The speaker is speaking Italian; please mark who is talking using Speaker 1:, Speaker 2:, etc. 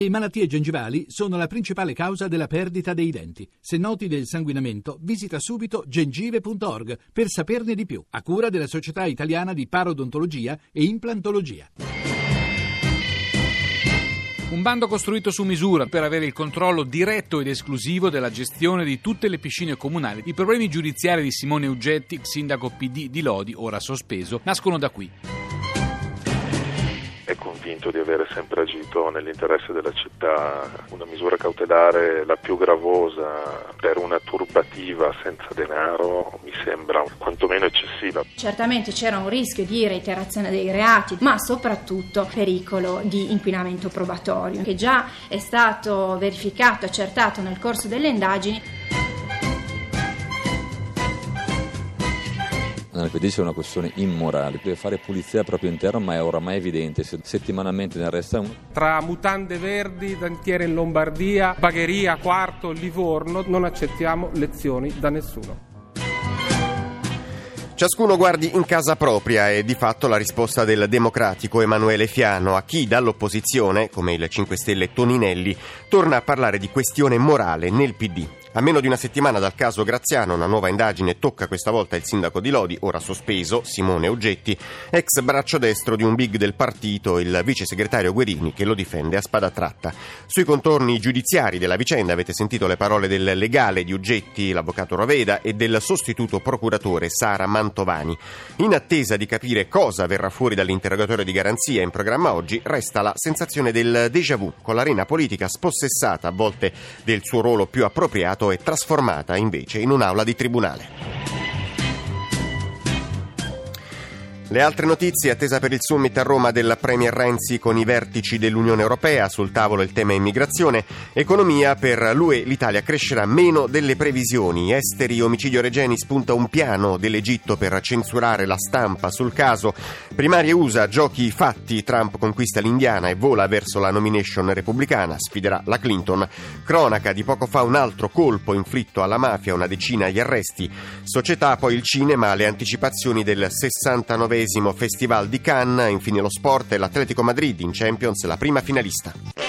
Speaker 1: Le malattie gengivali sono la principale causa della perdita dei denti. Se noti del sanguinamento, visita subito gengive.org per saperne di più, a cura della Società Italiana di Parodontologia e Implantologia.
Speaker 2: Un bando costruito su misura per avere il controllo diretto ed esclusivo della gestione di tutte le piscine comunali. I problemi giudiziari di Simone Uggetti, sindaco PD di Lodi, ora sospeso, nascono da qui.
Speaker 3: È convinto di avere sempre agito nell'interesse della città. Una misura cautelare la più gravosa per una turbativa senza denaro mi sembra quantomeno eccessiva.
Speaker 4: Certamente c'era un rischio di reiterazione dei reati, ma soprattutto pericolo di inquinamento probatorio, che già è stato verificato e accertato nel corso delle indagini.
Speaker 5: Nel PD c'è una questione immorale, deve fare pulizia al proprio interno, ma è oramai evidente, se settimanalmente ne resta uno.
Speaker 6: Tra mutande verdi, dantiere in Lombardia, Bagheria, Quarto, Livorno, non accettiamo lezioni da nessuno.
Speaker 7: Ciascuno guardi in casa propria è di fatto la risposta del democratico Emanuele Fiano a chi dall'opposizione, come il 5 Stelle Toninelli, torna a parlare di questione morale nel PD. A meno di una settimana dal caso Graziano, una nuova indagine tocca questa volta il sindaco di Lodi, ora sospeso, Simone Uggetti, ex braccio destro di un big del partito, il vice segretario Guerini, che lo difende a spada tratta. Sui contorni giudiziari della vicenda avete sentito le parole del legale di Uggetti, l'avvocato Roveda, e del sostituto procuratore Sara Mantovani. In attesa di capire cosa verrà fuori dall'interrogatorio di garanzia in programma oggi, resta la sensazione del déjà vu, con l'arena politica spossessata a volte del suo ruolo più appropriato e trasformata invece in un'aula di tribunale. Le altre notizie: attesa per il summit a Roma del Premier Renzi con i vertici dell'Unione Europea, sul tavolo il tema immigrazione. Economia: per l'UE l'Italia crescerà meno delle previsioni. Esteri: omicidio Regeni, spunta un piano dell'Egitto per censurare la stampa sul caso. Primarie USA, giochi fatti, Trump conquista l'Indiana e vola verso la nomination repubblicana, sfiderà la Clinton. Cronaca di poco fa: un altro colpo inflitto alla mafia, una decina gli arresti. Società, poi il cinema, le anticipazioni del 69esimo Festival di Cannes. Infine lo sport e l'Atletico Madrid in Champions, la prima finalista.